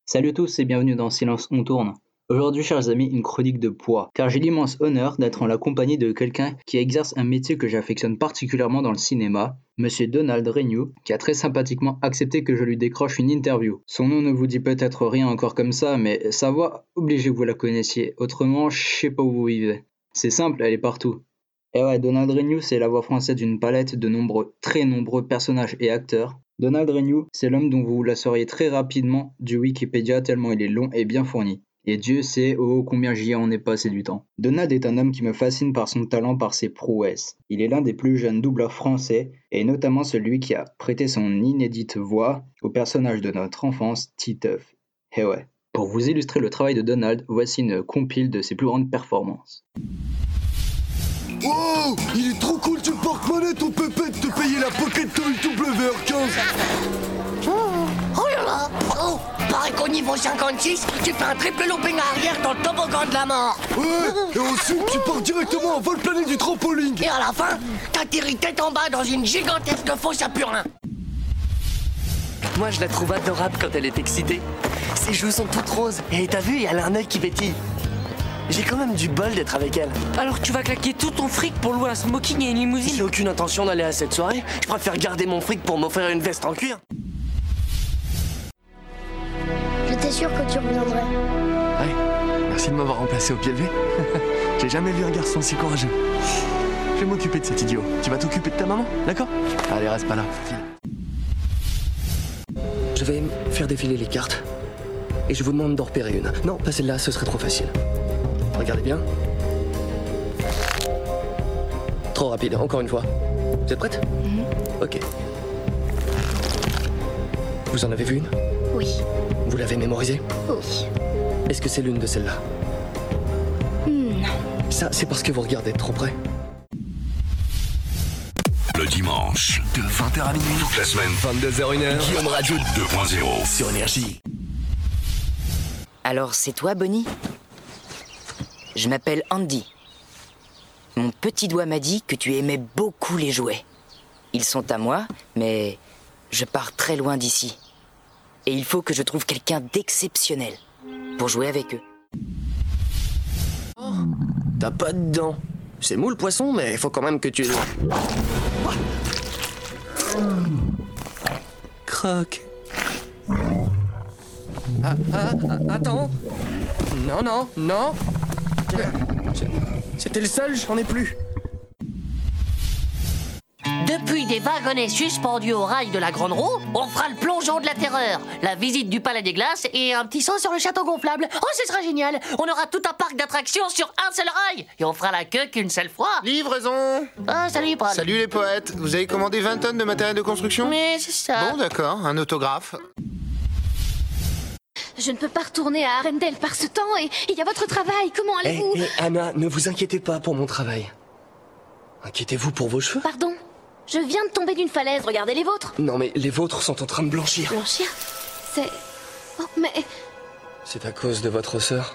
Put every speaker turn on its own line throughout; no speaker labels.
Salut à tous et bienvenue dans Silence on tourne. Aujourd'hui, chers amis, une chronique de poids, car j'ai l'immense honneur d'être en la compagnie de quelqu'un qui exerce un métier que j'affectionne particulièrement dans le cinéma, Monsieur Donald Renew, qui a très sympathiquement accepté que je lui décroche une interview. Son nom ne vous dit peut-être rien encore comme ça, mais sa voix, obligé que vous la connaissiez, autrement, je sais pas où vous vivez. C'est simple, elle est partout. Et ouais, Donald Renew, c'est la voix française d'une palette de très nombreux personnages et acteurs. Donald Renew, c'est l'homme dont vous vous lasseriez très rapidement du Wikipédia tellement il est long et bien fourni. Et Dieu sait, oh combien j'y en ai passé du temps. Donald est un homme qui me fascine par son talent, par ses prouesses. Il est l'un des plus jeunes doubleurs français, et notamment celui qui a prêté son inédite voix au personnage de notre enfance, Titeuf. Eh ouais. Pour vous illustrer le travail de Donald, voici une compile de ses plus grandes performances.
Oh, il est trop cool ce porte-monnaie, ton pépette, de payer la Pocket Toy WR15.
Oh là là. Oh, paraît qu'au niveau 56, tu fais un triple looping arrière dans le toboggan de la mort.
Ouais, et ensuite tu pars directement en vol plané du trampoline.
Et à la fin, t'atterris tête en bas dans une gigantesque fosse à purin.
Moi, je la trouve adorable quand elle est excitée. Ses joues sont toutes roses. Et t'as vu, elle a un œil qui pétille. J'ai quand même du bol d'être avec elle.
Alors tu vas claquer tout ton fric pour louer un smoking et une limousine?
J'ai aucune intention d'aller à cette soirée. Je préfère garder mon fric pour m'offrir une veste en cuir.
J'étais sûr que tu reviendrais.
Ouais, merci de m'avoir remplacé au pied levé. J'ai jamais vu un garçon aussi courageux. Je vais m'occuper de cet idiot. Tu vas t'occuper de ta maman, d'accord? Allez, reste pas là, file.
Je vais faire défiler les cartes. Et je vous demande d'en repérer une. Non, pas celle-là, ce serait trop facile. Regardez bien. Trop rapide, encore une fois. Vous êtes prête? Ok. Vous en avez vu une?
Oui.
Vous l'avez mémorisée?
Oui.
Est-ce que c'est l'une de celles-là?
Non.
Ça, c'est parce que vous regardez de trop près.
Le dimanche,
De 20h à minuit,
toute la semaine,
22h, 1h,
Guillaume Radio 2.0
sur Énergie.
Alors c'est toi, Bonnie? Je m'appelle Andy. Mon petit doigt m'a dit que tu aimais beaucoup les jouets. Ils sont à moi, mais je pars très loin d'ici. Et il faut que je trouve quelqu'un d'exceptionnel pour jouer avec eux.
T'as pas de dents. C'est mou le poisson, mais il faut quand même que tu... Croque. Attends. Non. C'était le seul, j'en ai plus.
Depuis des wagonnets suspendus au rail de la Grande Roue, on fera le plongeon de la terreur, la visite du Palais des Glaces et un petit saut sur le château gonflable. Oh, ce sera génial. On aura tout un parc d'attractions sur un seul rail. Et on fera la queue qu'une seule fois.
Livraison.
Ah, salut, Paul.
Salut les poètes. Vous avez commandé 20 tonnes de matériel de construction?
Mais c'est ça.
Bon, d'accord. Un autographe.
Je ne peux pas retourner à Arendelle par ce temps et il y a votre travail. Comment allez-vous?
Anna, ne vous inquiétez pas pour mon travail. Inquiétez-vous pour vos cheveux?
Pardon? Je viens de tomber d'une falaise, regardez les vôtres.
Non, mais les vôtres sont en train de blanchir.
Blanchir? C'est... Oh, mais...
C'est à cause de votre sœur.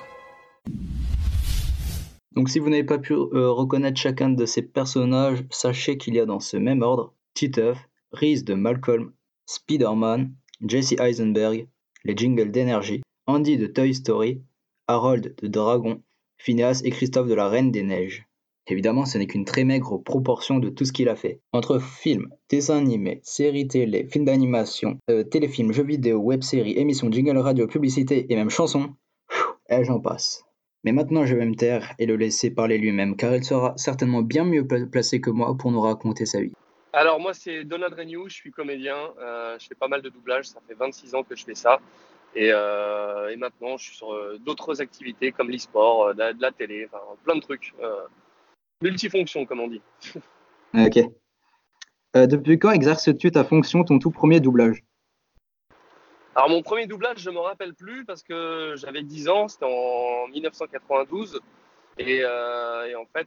Donc si vous n'avez pas pu reconnaître chacun de ces personnages, sachez qu'il y a dans ce même ordre Titeuf, Reese de Malcolm, Spider-Man, Jesse Eisenberg, les jingles d'énergie, Andy de Toy Story, Harold de Dragon, Phineas et Christophe de la Reine des Neiges. Évidemment, ce n'est qu'une très maigre proportion de tout ce qu'il a fait. Entre films, dessins animés, séries télé, films d'animation, téléfilms, jeux vidéo, web-séries, émissions, jingles radio, publicités et même chansons, et j'en passe. Mais maintenant je vais me taire et le laisser parler lui-même, car il sera certainement bien mieux placé que moi pour nous raconter sa vie.
Alors moi c'est Donald Renew, je suis comédien, je fais pas mal de doublage, ça fait 26 ans que je fais ça. Et maintenant je suis sur d'autres activités comme l'e-sport, de la télé, enfin plein de trucs. Multifonction comme on dit.
Ok. Depuis quand exerces-tu ta fonction, ton tout premier doublage?
Alors mon premier doublage je me rappelle plus parce que j'avais 10 ans, c'était en 1992. Et en fait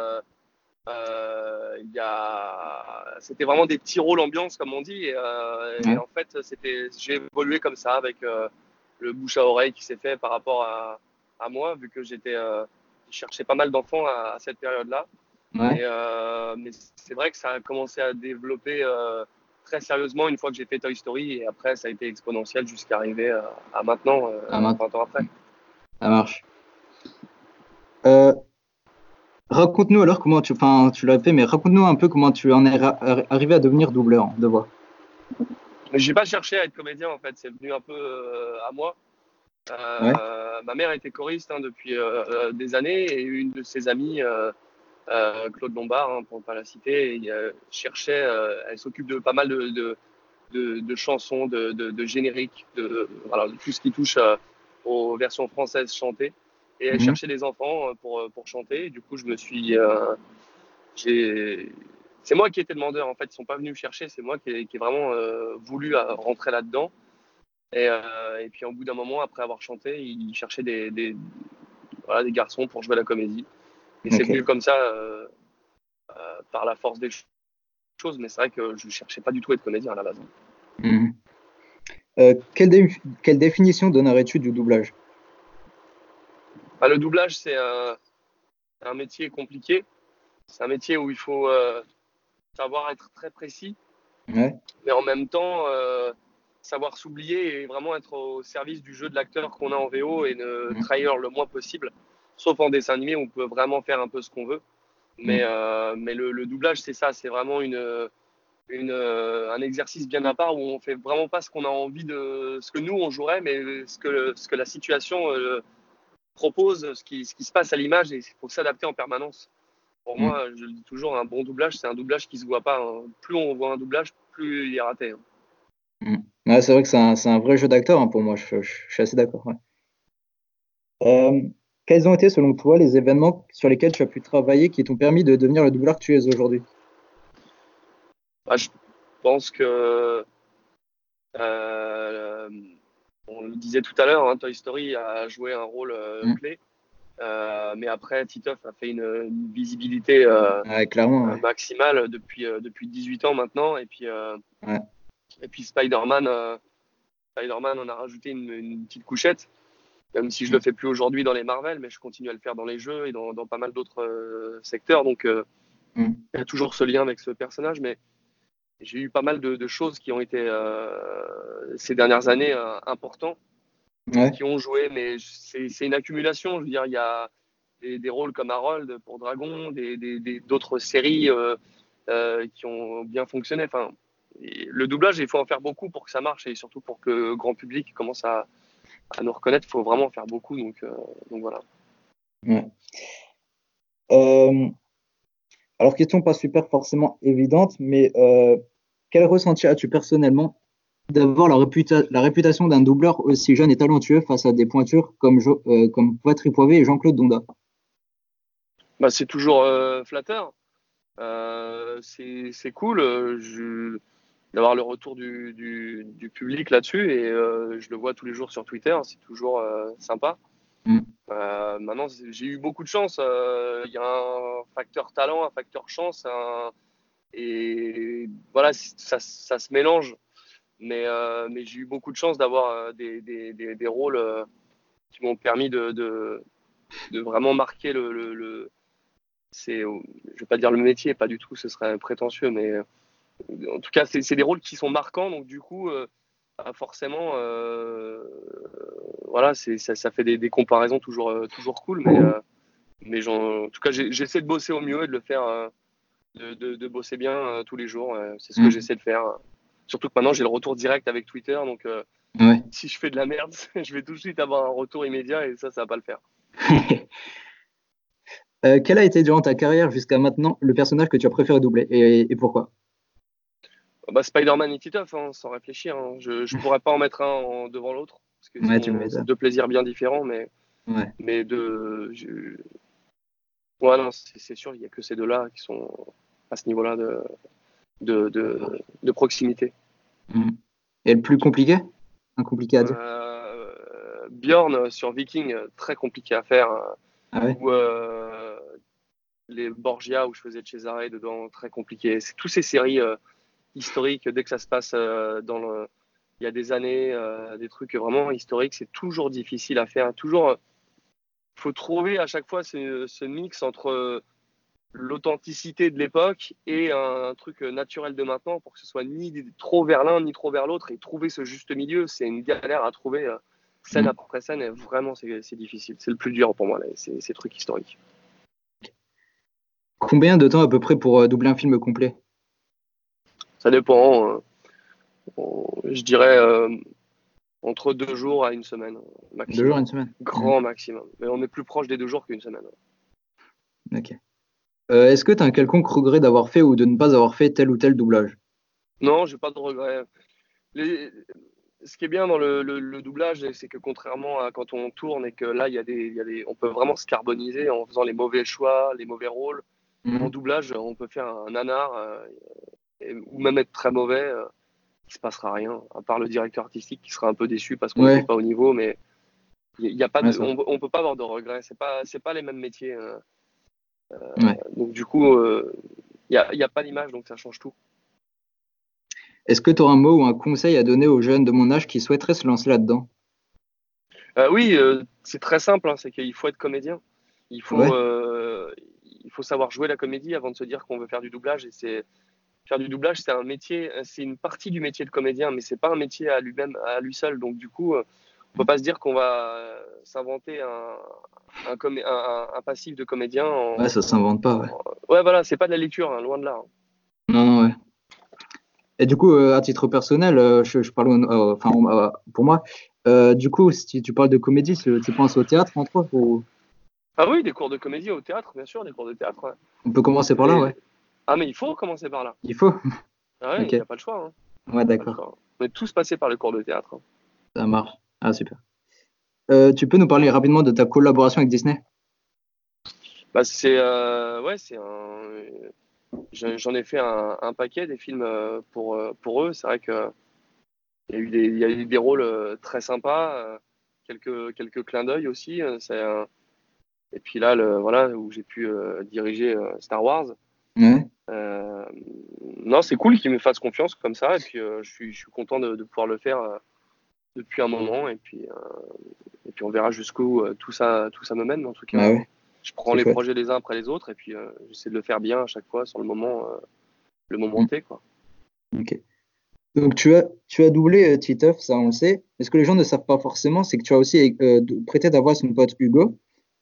c'était vraiment des petits rôles ambiance comme on dit. Et en fait j'ai évolué comme ça avec le bouche à oreille qui s'est fait par rapport à moi vu que je cherchais pas mal d'enfants à cette période-là.
Ouais.
Mais c'est vrai que ça a commencé à développer très sérieusement une fois que j'ai fait Toy Story, et après ça a été exponentiel jusqu'à arriver à maintenant, 20 ans après.
Ça marche. Euh, Raconte-nous alors comment enfin, tu l'as fait, mais raconte-nous un peu comment tu en es arrivé à devenir doubleur de voix.
Mais j'ai pas cherché à être comédien en fait, c'est venu un peu à moi.
Ouais.
Ma mère était choriste depuis des années, et une de ses amies, Claude Lombard, pour ne pas la citer, cherchait, elle s'occupe de pas mal de chansons, de génériques, voilà, de tout ce qui touche aux versions françaises chantées. Et elle cherchait des enfants pour chanter. Et du coup, c'est moi qui étais demandeur. En fait, ils sont pas venus me chercher. C'est moi qui ai vraiment voulu rentrer là-dedans. Et puis, au bout d'un moment, après avoir chanté, ils cherchaient voilà, des garçons pour jouer la comédie. Et c'est venu comme ça, par la force des choses. Mais c'est vrai que je cherchais pas du tout à être comédien à la base.
Quelle définition donnerais-tu du doublage?
Le doublage, c'est un métier compliqué. C'est un métier où il faut savoir être très précis, mais en même temps savoir s'oublier et vraiment être au service du jeu de l'acteur qu'on a en VO et ne trahir le moins possible. Sauf en dessin animé, on peut vraiment faire un peu ce qu'on veut. Mais le doublage, c'est ça, c'est vraiment un exercice bien à part où on fait vraiment pas ce qu'on a envie de, ce que nous on jouerait, mais ce que la situation propose, ce qui se passe à l'image, et il faut s'adapter en permanence. Pour moi, je le dis toujours, un bon doublage, c'est un doublage qui se voit pas. Plus on voit un doublage, plus il est raté.
Ouais, c'est vrai que c'est un vrai jeu d'acteur pour moi, je suis assez d'accord. Ouais. Quels ont été, selon toi, les événements sur lesquels tu as pu travailler qui t'ont permis de devenir le doubleur que tu es aujourd'hui?
Je pense que, on le disait tout à l'heure, Toy Story a joué un rôle clé. Mais après, Titeuf a fait une visibilité
clairement,
maximale depuis 18 ans maintenant. Et puis Spider-Man, on a rajouté une petite couchette. Même si je le fais plus aujourd'hui dans les Marvel, mais je continue à le faire dans les jeux et dans pas mal d'autres secteurs. Donc, il y a toujours ce lien avec ce personnage. Mais j'ai eu pas mal de choses qui ont été, ces dernières années, importants, qui ont joué. Mais c'est une accumulation. Je veux dire, il y a des rôles comme Harold pour Dragon, d'autres séries qui ont bien fonctionné. Enfin, le doublage, il faut en faire beaucoup pour que ça marche, et surtout pour que le grand public commence à nous reconnaître. Il faut vraiment en faire beaucoup. Donc voilà.
Ouais. Alors, question pas super forcément évidente, mais quel ressenti as-tu personnellement d'avoir la réputation d'un doubleur aussi jeune et talentueux face à des pointures comme Patrick Poivet et Jean-Claude Donda?
C'est toujours flatteur. C'est cool d'avoir le retour du public là-dessus, et je le vois tous les jours sur Twitter. C'est toujours sympa. Maintenant, j'ai eu beaucoup de chance. Il y a un facteur talent, un facteur chance, et voilà, ça se mélange. Mais j'ai eu beaucoup de chance d'avoir des rôles qui m'ont permis de vraiment marquer je vais pas dire le métier, pas du tout, ce serait prétentieux, mais en tout cas, c'est des rôles qui sont marquants. Donc du coup, forcément, voilà, ça fait des comparaisons toujours cool, mais en tout cas, j'essaie de bosser au mieux et de le faire, de bosser bien tous les jours. C'est ce que j'essaie de faire. Surtout que maintenant, j'ai le retour direct avec Twitter, donc si je fais de la merde, je vais tout de suite avoir un retour immédiat, et ça va pas le faire.
Quel a été durant ta carrière jusqu'à maintenant le personnage que tu as préféré doubler, et pourquoi?
Spider-Man et Titeuf, sans réfléchir. Je pourrais pas en mettre un devant l'autre, parce que c'est deux plaisirs bien différents, mais non, c'est sûr, il y a que ces deux-là qui sont à ce niveau-là de proximité.
Et le plus compliqué? Compliqué à dire?
Bjorn sur Viking, très compliqué à faire. Ou les Borgia où je faisais Cesare dedans, très compliqué. C'est toutes ces séries historiques, dès que ça se passe il y a des années, des trucs vraiment historiques, c'est toujours difficile à faire. Toujours, faut trouver à chaque fois ce mix entre l'authenticité de l'époque et un truc naturel de maintenant pour que ce soit ni trop vers l'un ni trop vers l'autre. Et trouver ce juste milieu, c'est une galère à trouver scène après scène. Et vraiment, c'est difficile. C'est le plus dur pour moi, là, ces trucs historiques.
Combien de temps à peu près pour doubler un film complet?
Ça dépend. Je dirais entre 2 jours à 1 semaine. Maximum.
2 jours à 1 semaine.
Grand maximum. Mais on est plus proche des 2 jours qu'une semaine.
Ok. Est-ce que tu as un quelconque regret d'avoir fait ou de ne pas avoir fait tel ou tel doublage?
Non, j'ai pas de regret. Ce qui est bien dans le doublage, c'est que contrairement à quand on tourne et que là, on peut vraiment se carboniser en faisant les mauvais choix, les mauvais rôles. En doublage, on peut faire un nanar ou même être très mauvais. Il se passera rien, à part le directeur artistique qui sera un peu déçu parce qu'on n'est pas au niveau, mais il y a pas on peut pas avoir de regrets. C'est pas les mêmes métiers. Donc du coup, il y a pas d'image, donc ça change tout.
Est-ce que tu auras un mot ou un conseil à donner aux jeunes de mon âge qui souhaiteraient se lancer là-dedans?
Oui, c'est très simple, hein, c'est qu'il faut être comédien. Il faut savoir jouer la comédie avant de se dire qu'on veut faire du doublage. Et faire du doublage, c'est un métier, c'est une partie du métier de comédien, mais c'est pas un métier à lui seul. Donc du coup, on peut pas se dire qu'on va s'inventer un passif de comédien.
Ouais, ça s'invente pas.
Ouais, voilà, c'est pas de la lecture, hein, loin de là.
Non, ouais. Et du coup, à titre personnel, je parle, pour moi, du coup, si tu parles de comédie, tu penses au théâtre entre autres ou...
Ah oui, des cours de comédie au théâtre, bien sûr, des cours de théâtre. Ouais.
On peut commencer par là, ouais.
Ah, mais il faut commencer par là.
Il faut.
Ah ouais, il n'y a pas le choix. Hein.
Ouais, d'accord.
On est tous passés par le cours de théâtre. Hein.
Ça marche. Ah, super. Tu peux nous parler rapidement de ta collaboration avec Disney?
Bah, j'en ai fait un paquet des films pour eux. C'est vrai que il y a eu des rôles très sympas, quelques clins d'œil aussi. Et puis là, où j'ai pu diriger Star Wars.
Ouais.
Non, c'est cool qu'ils me fassent confiance comme ça. Et puis je suis content de pouvoir le faire depuis un moment. Et puis on verra jusqu'où tout ça me mène. En tout cas, je prends les projets les uns après les autres et puis j'essaie de le faire bien à chaque fois sur le moment T, quoi.
Ok. Donc tu as doublé Titeuf, ça on le sait. Mais ce que les gens ne savent pas forcément, c'est que tu as aussi prêté ta voix à son pote Hugo.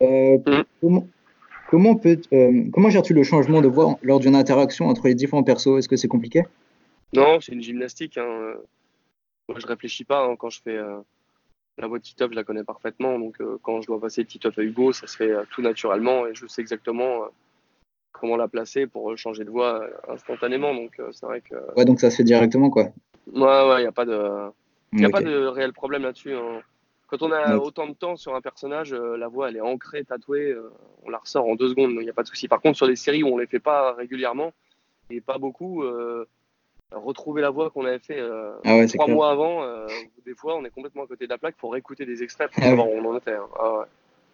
Comment gères-tu le changement de voix lors d'une interaction entre les différents persos? Est-ce que c'est compliqué?
Non, c'est une gymnastique. Hein. Moi, je réfléchis pas quand je fais la voix de Titeuf, je la connais parfaitement. Donc, quand je dois passer de Titeuf à Hugo, ça se fait tout naturellement et je sais exactement comment la placer pour changer de voix instantanément. Donc, c'est vrai que.
Ouais, donc ça se fait directement, quoi.
Ouais, il n'y a pas de réel problème là-dessus. Hein. Quand on a autant de temps sur un personnage, la voix elle est ancrée, tatouée, on la ressort en 2 secondes, il n'y a pas de souci. Par contre, sur des séries où on ne les fait pas régulièrement et pas beaucoup, retrouver la voix qu'on avait fait 3 mois avant, des fois on est complètement à côté de la plaque, il faut réécouter des extraits pour savoir où on en était. Hein. Ah,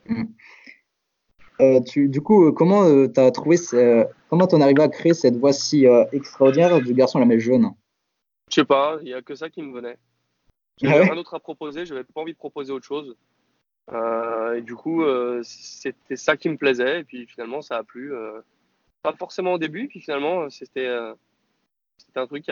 ouais.
Du coup, comment t'en arrivé à créer cette voix si extraordinaire du garçon à la mèche jaune?
Je sais pas, il n'y a que ça qui me venait. J'avais rien d'autre à proposer, j'avais pas envie de proposer autre chose. Et du coup, c'était ça qui me plaisait. Et puis finalement, ça a plu. Pas forcément au début, puis finalement, c'était un truc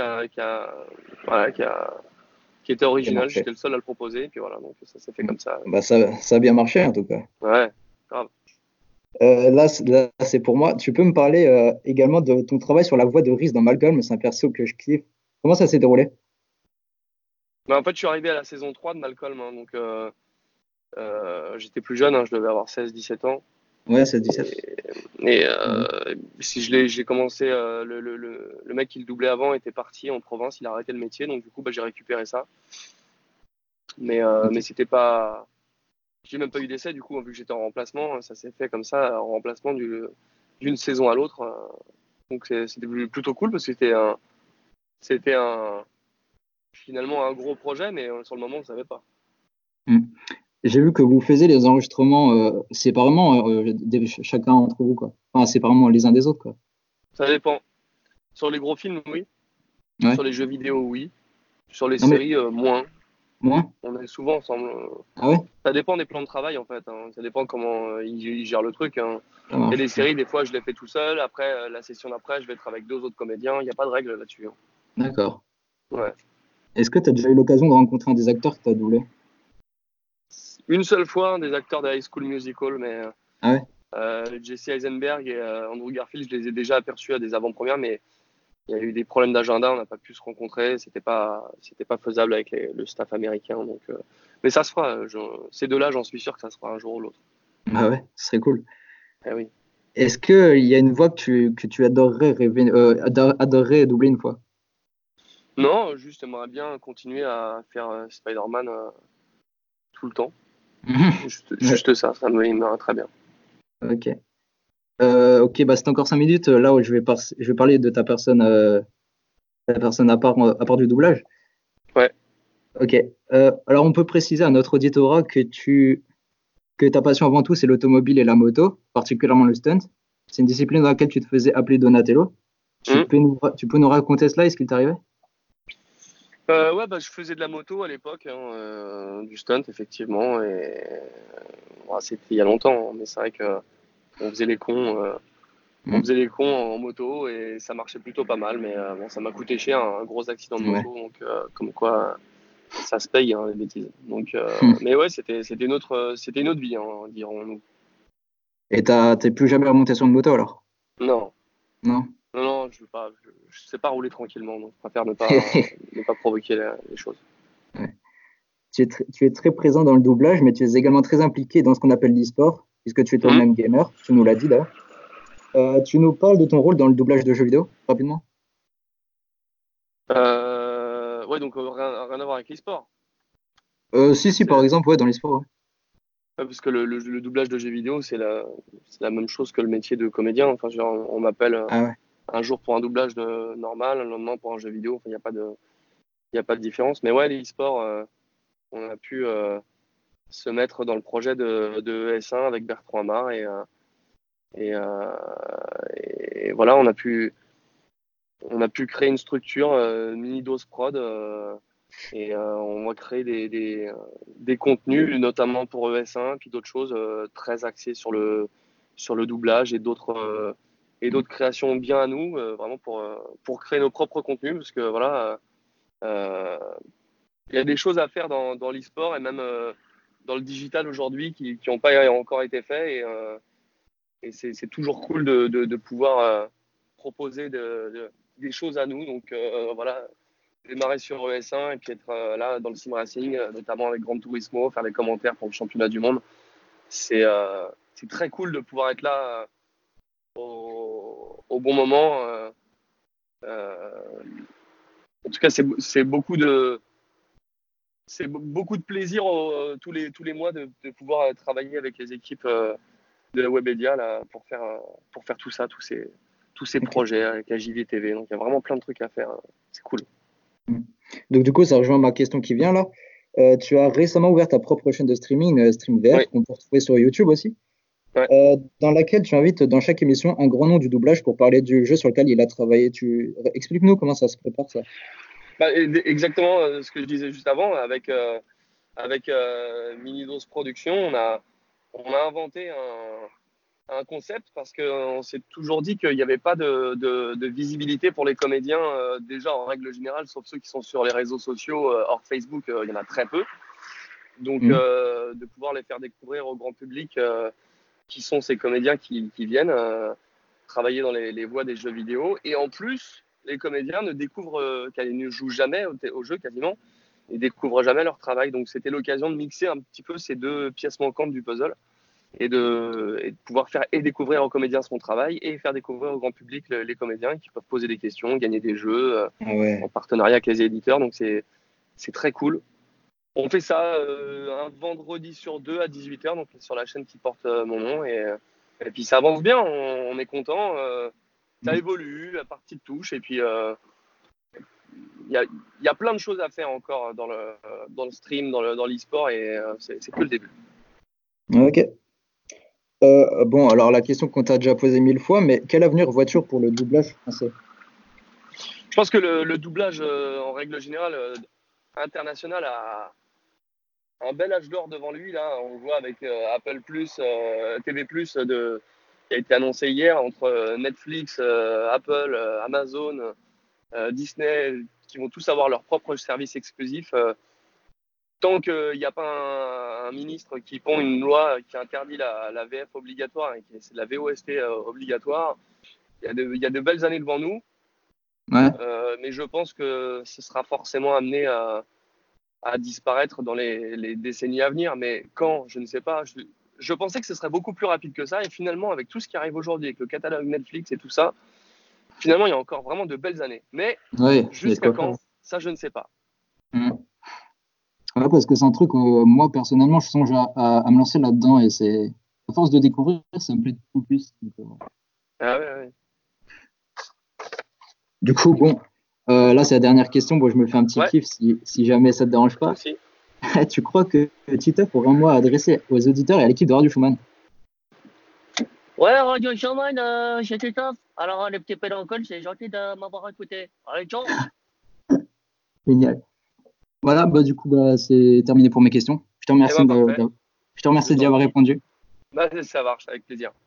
qui était original. J'étais le seul à le proposer. Et puis voilà, donc ça s'est fait comme ça.
Bah ça a bien marché en tout cas.
Ouais, grave.
Là, c'est pour moi. Tu peux me parler également de ton travail sur la voix de Reese dans Malcolm? C'est un perso que je kiffe. Comment ça s'est déroulé?
En fait, je suis arrivé à la saison 3 de Malcolm, hein, donc j'étais plus jeune, hein, je devais avoir 16-17 ans.
Ouais, 16-17.
Et si j'ai commencé, le mec qui le doublait avant était parti en province, il a arrêté le métier, donc du coup, j'ai récupéré ça. Mais c'était pas... J'ai même pas eu d'essai, du coup, vu que j'étais en remplacement, ça s'est fait comme ça, en remplacement d'une saison à l'autre. Donc c'était plutôt cool, parce que c'était finalement un gros projet, mais sur le moment, on ne savait pas.
J'ai vu que vous faisiez les enregistrements séparément, chacun entre vous, quoi. Enfin, séparément les uns des autres, quoi.
Ça dépend. Sur les gros films, oui.
Ouais.
Sur les jeux vidéo, oui. Sur les séries, moins.
Moins?
On est souvent ensemble.
Ah ouais?
Ça dépend des plans de travail en fait. Hein. Ça dépend comment ils gèrent le truc. Hein.
Ça
Il y a
marche.
des séries, des fois, je les fais tout seul. Après, la session d'après, je vais être avec 2 autres comédiens. Il n'y a pas de règle là-dessus. Hein.
D'accord.
Ouais.
Est-ce que tu as déjà eu l'occasion de rencontrer un des acteurs que tu as doublé?
Une seule fois, un des acteurs de High School Musical, mais
Ah ouais?
Jesse Eisenberg et Andrew Garfield, je les ai déjà aperçus à des avant-premières, mais il y a eu des problèmes d'agenda, on n'a pas pu se rencontrer, c'était pas faisable avec le staff américain. Donc, mais ça se fera. Ces deux-là, j'en suis sûr que ça se fera un jour ou l'autre.
Ah ouais, ce serait cool.
Eh oui.
Est-ce qu'il y a une voix que tu adorerais doubler une fois?
Non, juste j'aimerais bien continuer à faire Spider-Man tout le temps. Juste ça me irait très bien.
Ok. Ok, bah c'est encore 5 minutes. Là où je vais parler de ta personne à part du doublage.
Ouais.
Ok. Alors on peut préciser à notre auditorat que ta passion avant tout c'est l'automobile et la moto, particulièrement le stunt. C'est une discipline dans laquelle tu te faisais appeler Donatello. Tu peux nous raconter cela et ce qu'il t'arrivait?
Ouais, bah, je faisais de la moto à l'époque, hein, du stunt effectivement, et c'était il y a longtemps, hein, mais c'est vrai que on faisait les cons, en moto et ça marchait plutôt pas mal, mais bon, ça m'a coûté cher, un gros accident de moto, donc comme quoi ça se paye, hein, les bêtises. Donc, mais ouais, c'était une autre vie, hein, dirons-nous.
Et t'es plus jamais remonté sur une moto alors?
Non.
Non.
Non, je sais pas rouler tranquillement, donc je préfère ne pas provoquer les choses.
Ouais. Tu es très présent dans le doublage, mais tu es également très impliqué dans ce qu'on appelle l'e-sport, puisque tu es toi-même gamer, tu nous l'as dit d'ailleurs. Tu nous parles de ton rôle dans le doublage de jeux vidéo, rapidement?
Ouais, donc rien à voir avec l'e-sport.
Si, par exemple, ouais, dans l'e-sport, ouais.
Ouais, parce que le doublage de jeux vidéo, c'est la même chose que le métier de comédien. Enfin, genre, on m'appelle un jour pour un doublage normal, un lendemain pour un jeu vidéo. Enfin, il n'y a pas de différence. Mais ouais, l'e-sport, on a pu se mettre dans le projet de S1 avec Bertrand Amar et voilà, on a pu créer une structure Mini Dose Prod et on va créer des contenus, notamment pour ES1, puis d'autres choses très axées sur le doublage et d'autres créations bien à nous, vraiment pour créer nos propres contenus, parce que voilà, il y a des choses à faire dans l'e-sport et même dans le digital aujourd'hui qui n'ont pas encore été faits et c'est toujours cool de pouvoir proposer des choses à nous. Donc voilà, démarrer sur ES1 et puis être là dans le sim racing, notamment avec Gran Turismo, faire les commentaires pour le championnat du monde. C'est très cool de pouvoir être là au bon moment. En tout cas, c'est beaucoup de plaisir tous les mois de pouvoir travailler avec les équipes de la Webedia là, pour faire tout ça, tous ces projets avec la JVTV. Donc il y a vraiment plein de trucs à faire. C'est cool.
Donc du coup, ça rejoint ma question qui vient là. Tu as récemment ouvert ta propre chaîne de streaming, StreamVR, qu'on peut retrouver sur YouTube aussi, dans laquelle tu invites dans chaque émission un grand nom du doublage pour parler du jeu sur lequel il a travaillé. Explique-nous comment ça se prépare ça.
Bah, exactement ce que je disais juste avant, avec Minidose Production, on a inventé un concept parce qu'on s'est toujours dit qu'il n'y avait pas de visibilité pour les comédiens, déjà en règle générale, sauf ceux qui sont sur les réseaux sociaux, hors Facebook, il y en a très peu. Donc de pouvoir les faire découvrir au grand public qui sont ces comédiens qui viennent travailler dans les voies des jeux vidéo. Et en plus, les comédiens ne jouent jamais au jeu quasiment, et découvrent jamais leur travail. Donc c'était l'occasion de mixer un petit peu ces deux pièces manquantes du puzzle et de pouvoir faire et découvrir aux comédiens son travail et faire découvrir au grand public les comédiens qui peuvent poser des questions, gagner des jeux en partenariat avec les éditeurs. Donc c'est très cool. On fait ça un vendredi sur 2 à 18h, donc sur la chaîne qui porte mon nom. Et puis ça avance bien, on est content. Ça évolue, la partie de touche. Et puis il y a plein de choses à faire encore dans le stream, dans l'e-sport. Et c'est que le début.
Ok. Bon, alors la question qu'on t'a déjà posée 1000 fois, mais quel avenir vois-tu pour le doublage français?
Je pense que le doublage, en règle générale, international, un bel âge d'or devant lui. Là, on le voit avec Apple Plus, TV Plus qui a été annoncé hier entre Netflix, Apple, Amazon, Disney, qui vont tous avoir leur propre service exclusif. Tant qu'il n'y a pas un ministre qui pond une loi qui interdit la VF obligatoire et c'est la VOST obligatoire, il y a de belles années devant nous.
Ouais.
Mais je pense que ce sera forcément amené à disparaître dans les décennies à venir. Mais quand, je ne sais pas. Je pensais que ce serait beaucoup plus rapide que ça. Et finalement, avec tout ce qui arrive aujourd'hui, avec le catalogue Netflix et tout ça, finalement, il y a encore vraiment de belles années. Mais
Ouais,
jusqu'à quand, ça, je ne sais pas.
Ouais, parce que c'est un truc où moi, personnellement, je songe à me lancer là-dedans et c'est, à force de découvrir, ça me plaît de plus en plus. Donc,
Ah ouais.
Du coup, bon, là, c'est la dernière question. Bon, je me fais un petit kiff si jamais ça te dérange pas.
Aussi.
Tu crois que Titeuf aurait un mot à adresser aux auditeurs et à l'équipe de Radio Schumann?
Ouais, Radio Schumann, c'est Titeuf. Alors, les petits pédoncoles, c'est gentil de m'avoir écouté. Allez, ciao.
Génial. Voilà, bah, du coup, c'est terminé pour mes questions. Je te remercie d'y avoir répondu.
Bah, ça marche, avec plaisir.